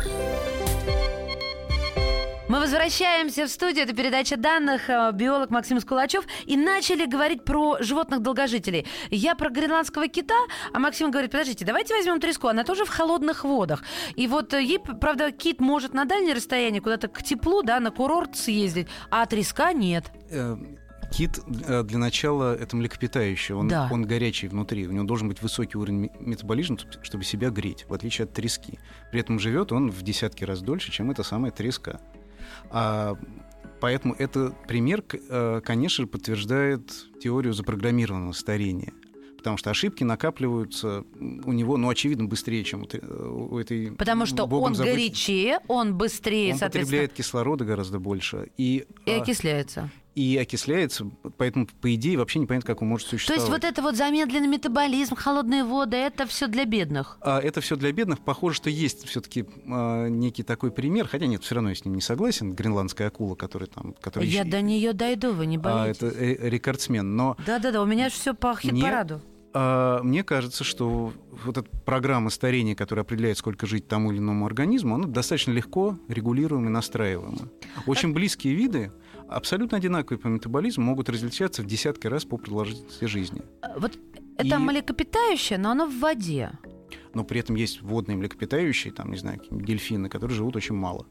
Мы возвращаемся в студию. Это передача данных. Биолог Максим Скулачев. И начали говорить про животных-долгожителей. Я про гренландского кита, а Максим говорит, подождите, давайте возьмем треску. Она тоже в холодных водах. И вот ей, правда, кит может на дальнее расстояние куда-то к теплу, да, на курорт съездить, а треска нет. Кит для начала это млекопитающее, он, да. он горячий внутри, у него должен быть высокий уровень метаболизма, чтобы себя греть, в отличие от трески. При этом живет он в десятки раз дольше, чем эта самая треска. А, поэтому этот пример, конечно же, подтверждает теорию запрограммированного старения. Потому что ошибки накапливаются у него, ну, очевидно, быстрее, чем у этой... Потому что он забыть... горячее, он быстрее, он соответственно... потребляет кислорода гораздо больше. И, и окисляется. И окисляется, поэтому, по идее, вообще непонятно, как он может существовать. То есть вот это вот замедленный метаболизм, холодные воды, это все для бедных? А, это все для бедных. Похоже, что есть все-таки а, некий такой пример. Хотя нет, все равно я с ним не согласен. Гренландская акула, которая там... Которая я еще... до нее дойду, вы не боитесь. А, это э- рекордсмен, но... Да-да-да, у меня все по хит-параду. А, мне кажется, что вот эта программа старения, которая определяет, сколько жить тому или иному организму, она достаточно легко регулируема и настраиваема. Очень близкие виды, абсолютно одинаковые по метаболизму, могут различаться в десятки раз по продолжительности жизни. Вот это и... млекопитающее, но оно в воде. Но при этом есть водные млекопитающие, там, не знаю, дельфины, которые живут очень мало.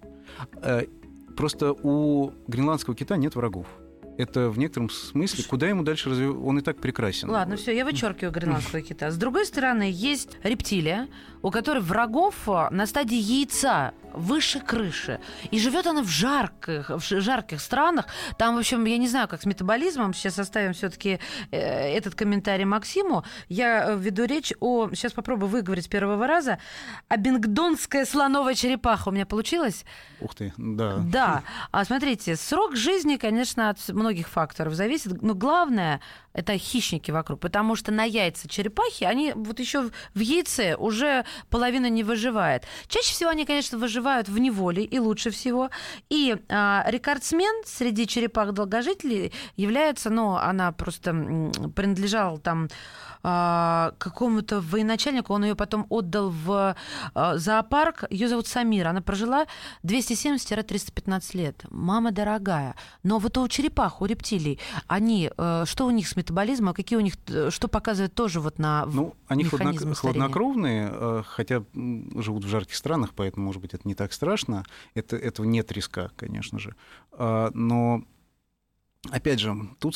Просто у гренландского кита нет врагов. Это в некотором смысле, куда ему дальше развиваться? Он и так прекрасен. Ладно, все, я вычеркиваю гренландского кита. С другой стороны, есть рептилия, у которой врагов на стадии яйца выше крыши. И живет она в жарких, в жарких странах. Там, в общем, я не знаю, как с метаболизмом. Сейчас оставим все-таки э, этот комментарий Максиму. Я веду речь о... Сейчас попробую выговорить с первого раза. Абингдонская слоновая черепаха. У меня получилось? Ух ты, да. Да. А смотрите, срок жизни, конечно, от многих факторов зависит. Но главное — это хищники вокруг. Потому что на яйца черепахи, они вот еще в яйце уже половина не выживает. Чаще всего они, конечно, выживают в неволе, и лучше всего. И а, рекордсмен среди черепах-долгожителей является, ну, она просто принадлежала там а, какому-то военачальнику, он ее потом отдал в а, зоопарк. Ее зовут Самира. Она прожила двести семьдесят - триста пятнадцать лет. Мама дорогая. Но вот у черепах, у рептилий, они, а, что у них с метаболизмом, какие у них, что показывает тоже вот на ну, они механизм хладно, хладнокровные, хотя живут в жарких странах, поэтому, может быть, это не так страшно. Это, этого нет риска, конечно же. Но, опять же, тут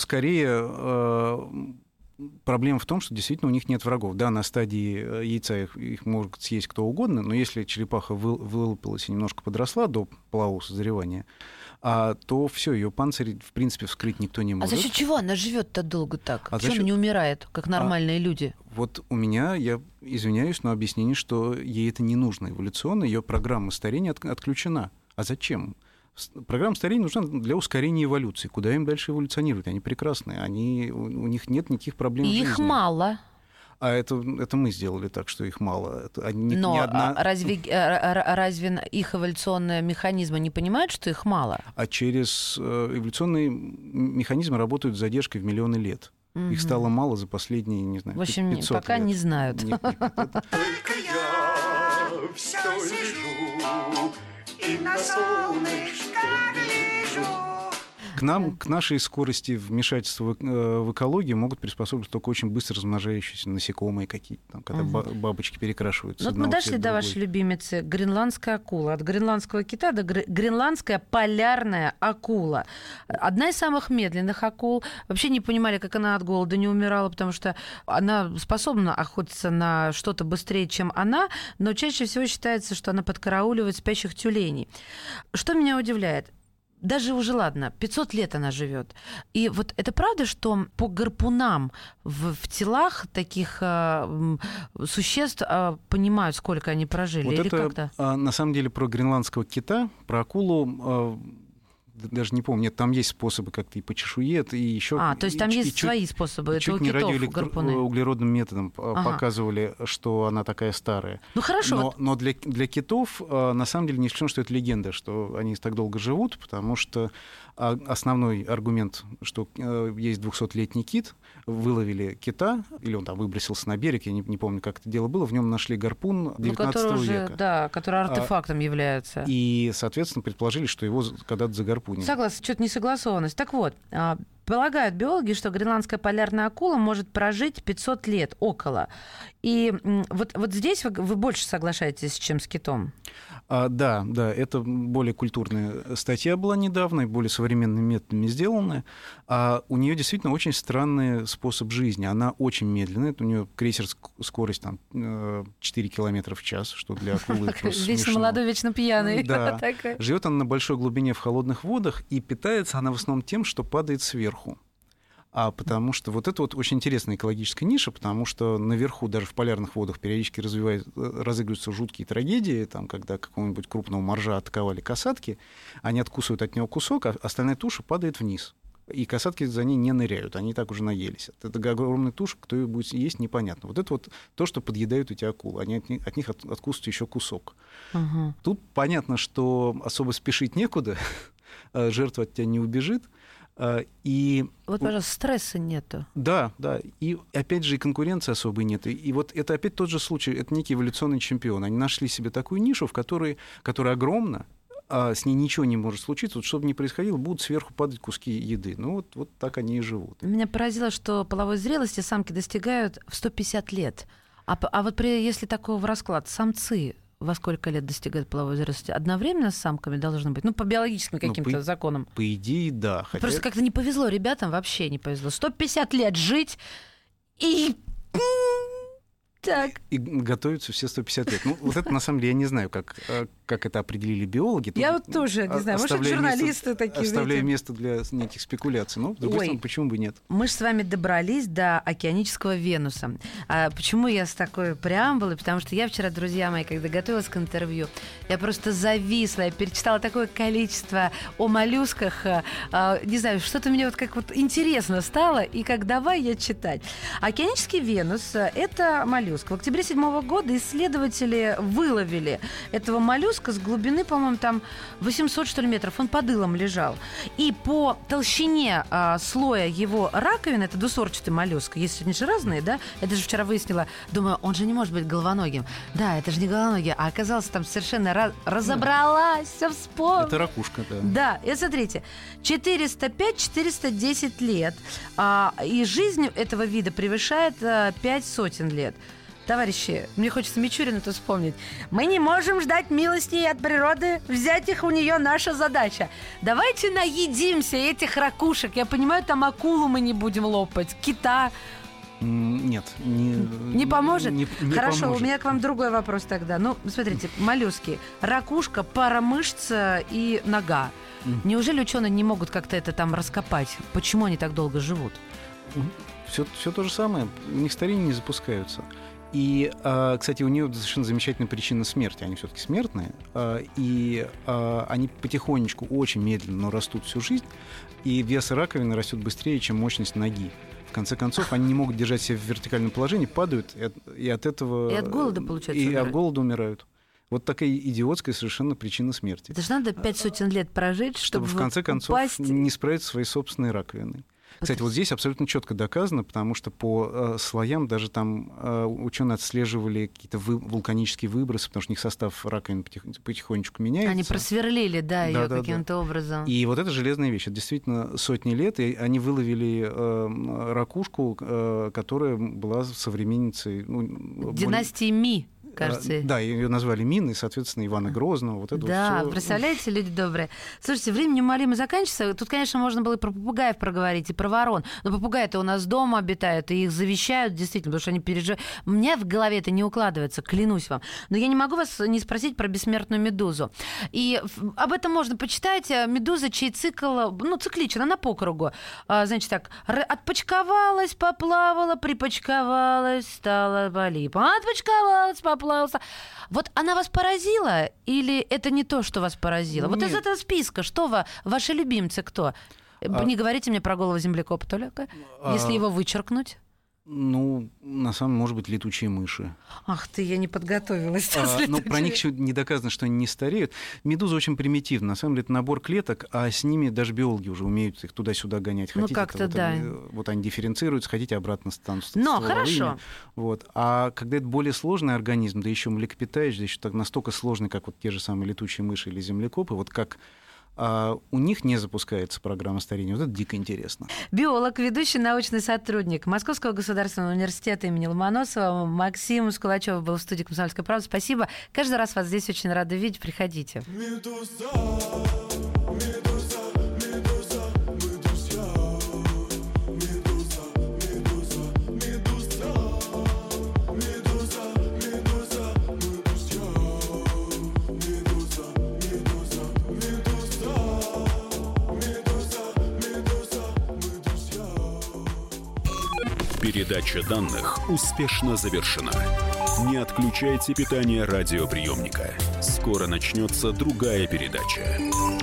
скорее проблема в том, что действительно у них нет врагов. Да, на стадии яйца их, их может съесть кто угодно, но если черепаха вы, вылупилась и немножко подросла до полового созревания, а, то все, ее панцирь, в принципе, вскрыть никто не может. А за счет чего она живет-то долго так? А Почему счет... она не умирает, как нормальные а, люди? Вот у меня, я извиняюсь, но объяснение, что ей это не нужно эволюционно, ее программа старения от, отключена. А зачем? Программа старения нужна для ускорения эволюции. Куда им дальше эволюционировать? Они прекрасные, они, у, у них нет никаких проблем И в жизни. Их мало. А это, это мы сделали так, что их мало. Это, они, Но не одна... разве, разве их эволюционные механизмы не понимают, что их мало? А через эволюционные механизмы работают с задержкой в миллионы лет. Угу. Их стало мало за последние, не знаю, в общем, пятьсот пока лет. Не знают. Только я все сижу и на солнышко гляжу. К нам, к нашей скорости вмешательства в экологию могут приспособиться только очень быстро размножающиеся насекомые какие-то, там, когда угу. бабочки перекрашиваются. Вот мы дошли до вашей любимицы гренландская акула. От гренландского кита до гренландская полярная акула. Одна из самых медленных акул. Вообще не понимали, как она от голода не умирала, потому что она способна охотиться на что-то быстрее, чем она, но чаще всего считается, что она подкарауливает спящих тюленей. Что меня удивляет? даже уже, ладно, пятьсот лет она живет. И вот это правда, что по гарпунам в, в телах таких э, существ э, понимают, сколько они прожили? Вот или это, как-то? А, на самом деле, про гренландского кита, про акулу... А, даже не помню, нет, там есть способы как-то и по чешуе, и еще... А, то есть там и, есть и свои чуть, способы, это чуть у не китов радиоуглеродным гарпуны. методом Ага. показывали, что она такая старая. Ну хорошо. Но, Вот... но для, для китов, на самом деле, не исключено, что это легенда, что они так долго живут, потому что основной аргумент, что есть двухсотлетний кит, выловили кита, или он там выбросился на берег, я не, не помню, как это дело было, в нем нашли гарпун девятнадцатого ну, века. Уже, да, который артефактом а, является. И, соответственно, предположили, что его когда-то загарпунили. Согласна, что-то несогласованность. Так вот, полагают биологи, что гренландская полярная акула может прожить пятьсот лет, около. И вот, вот здесь вы, вы больше соглашаетесь, чем с китом? А, да, да, это более культурная статья была недавно, более современными методами сделанная. А у нее действительно очень странный способ жизни. Она очень медленная. У нее крейсерская скорость там, четыре километра в час, что для акулы просто смешно. Вечно молодой, вечно пьяный. Да. Живет она на большой глубине в холодных водах, и питается она в основном тем, что падает сверху. А потому что вот это вот очень интересная экологическая ниша, потому что наверху, даже в полярных водах, периодически разыгрываются жуткие трагедии, там, когда какого-нибудь крупного моржа атаковали касатки, они откусывают от него кусок, а остальная туша падает вниз. И касатки за ней не ныряют, они так уже наелись. Это огромная туша, кто ее будет есть, непонятно. Вот это вот то, что подъедают эти акулы. Они от них, от них откусывают еще кусок. Угу. Тут понятно, что особо спешить некуда, жертва от тебя не убежит. И... Вот, пожалуйста, стресса нету. Да, да. И опять же, и конкуренции особой нет. И вот это опять тот же случай, это некий эволюционный чемпион. Они нашли себе такую нишу, в которой, которая огромна, а с ней ничего не может случиться. Вот что бы ни происходило, будут сверху падать куски еды. Ну вот, вот так они и живут. Меня поразило, что половой зрелости самки достигают в сто пятьдесят лет. А, а вот при, если такого расклад, самцы во сколько лет достигают половой зрелости? Одновременно с самками должны быть? Ну, по биологическим каким-то ну, по, законам. По идее, да. Хотя... Просто как-то не повезло ребятам, вообще не повезло. сто пятьдесят лет жить и... Так. И готовятся все сто пятьдесят лет. Ну, вот это, на самом деле, я не знаю, как, как это определили биологи. Тут я вот тоже не знаю. Может, журналисты место, такие. Оставляю знаете... место для неких спекуляций. Но, с другой стороны, почему бы нет? Мы же с вами добрались до океанического Венуса. А почему я с такой преамбулой? Потому что я вчера, друзья мои, когда готовилась к интервью, я просто зависла. Я перечитала такое количество о моллюсках. А, не знаю, что-то мне вот как вот интересно стало. И как давай я читать. Океанический Венус — это моллюск. В октябре седьмого года исследователи выловили этого моллюска с глубины, по-моему, там восемьсот, что ли, метров. Он под илом лежал. И по толщине а, слоя его раковины, это двусорчатый моллюск, есть они же разные, да? Я даже вчера выяснила, думаю, он же не может быть головоногим. Да, это же не головоногий, а оказалось, там совершенно раз... разобралась, все вспомнила. Это ракушка, да. Да, и смотрите, четыреста пять - четыреста десять лет, а, и жизнь этого вида превышает а, пять сотен лет. Товарищи, мне хочется Мичурину это вспомнить. Мы не можем ждать милостей от природы. Взять их у нее наша задача. Давайте наедимся этих ракушек. Я понимаю, там акулу мы не будем лопать, кита. Нет. Не, не поможет? Не, не Хорошо, поможет. У меня к вам другой вопрос тогда. Ну, смотрите, моллюски. Ракушка, пара мышц и нога. Неужели ученые не могут как-то это там раскопать? Почему они так долго живут? Все, все то же самое. У них старения не запускаются. И, кстати, у нее совершенно замечательная причина смерти. Они все-таки смертные. И они потихонечку, очень медленно, но растут всю жизнь. И вес раковины растет быстрее, чем мощность ноги. В конце концов, они не могут держать себя в вертикальном положении, падают, и от, и от этого... И от голода, получается, И умирают. от голода умирают. Вот такая идиотская совершенно причина смерти. Это же надо пять сотен лет прожить, чтобы, чтобы в конце концов упасть... не справиться со своей собственной раковиной. Кстати, вот здесь абсолютно четко доказано, потому что по э, слоям даже там э, ученые отслеживали какие-то вы, вулканические выбросы, потому что у них состав раковины потих, потихонечку меняется. Они просверлили, да, ее да, каким-то да. образом. И вот это железная вещь. Это действительно сотни лет, и они выловили э, ракушку, э, которая была современницей... Ну, династии Ми. кажется. Да, ее назвали Миной, соответственно, Ивана Грозного. Вот это да, вот всё. Представляете, люди добрые. Слушайте, время неумолимо заканчивается. Тут, конечно, можно было и про попугаев проговорить, и про ворон. Но попугаи-то у нас дома обитают, и их завещают, действительно, потому что они переживают. У меня в голове это не укладывается, клянусь вам. Но я не могу вас не спросить про бессмертную медузу. И об этом можно почитать. Медуза, чей цикл, ну, цикличен, она по кругу. Значит так, отпочковалась, поплавала, припочковалась, стала полипом. Отпочковалась, поплавала. Вот она вас поразила или это не то, что вас поразило? Нет. Вот из этого списка, что вы, ваши любимцы кто? А... Не говорите мне про голову землекопа только, а... если его вычеркнуть. Ну, на самом деле, может быть, летучие мыши. Ах ты, я не подготовилась. А, но про них еще не доказано, что они не стареют. Медуза очень примитивна. На самом деле, это набор клеток, а с ними даже биологи уже умеют их туда-сюда гонять. Хотите, ну, как-то вот да. Они, вот они дифференцируются, хотите, обратно станут Но, стволовыми. хорошо. Вот. А когда это более сложный организм, да еще млекопитающий, да еще так настолько сложный, как вот те же самые летучие мыши или землекопы, вот как... А у них не запускается программа старения. Вот это дико интересно. Биолог, ведущий научный сотрудник Московского государственного университета имени Ломоносова Максим Скулачев был в студии «Комсомольской правды». Спасибо. Каждый раз вас здесь очень рада видеть. Приходите. Передача данных успешно завершена. Не отключайте питание радиоприемника. Скоро начнется другая передача.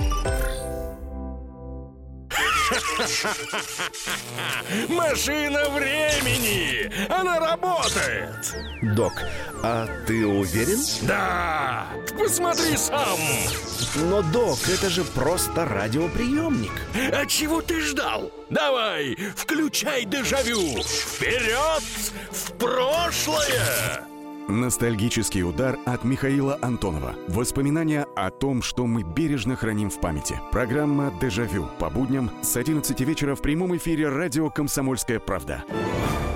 Машина времени! Она работает! Док, а ты уверен? Да! Посмотри сам! Но, док, это же просто радиоприемник. А чего ты ждал? Давай, включай дежавю! Вперед! В прошлое! Ностальгический удар от Михаила Антонова. Воспоминания о том, что мы бережно храним в памяти. Программа «Дежавю» по будням с одиннадцати вечера в прямом эфире радио «Комсомольская правда».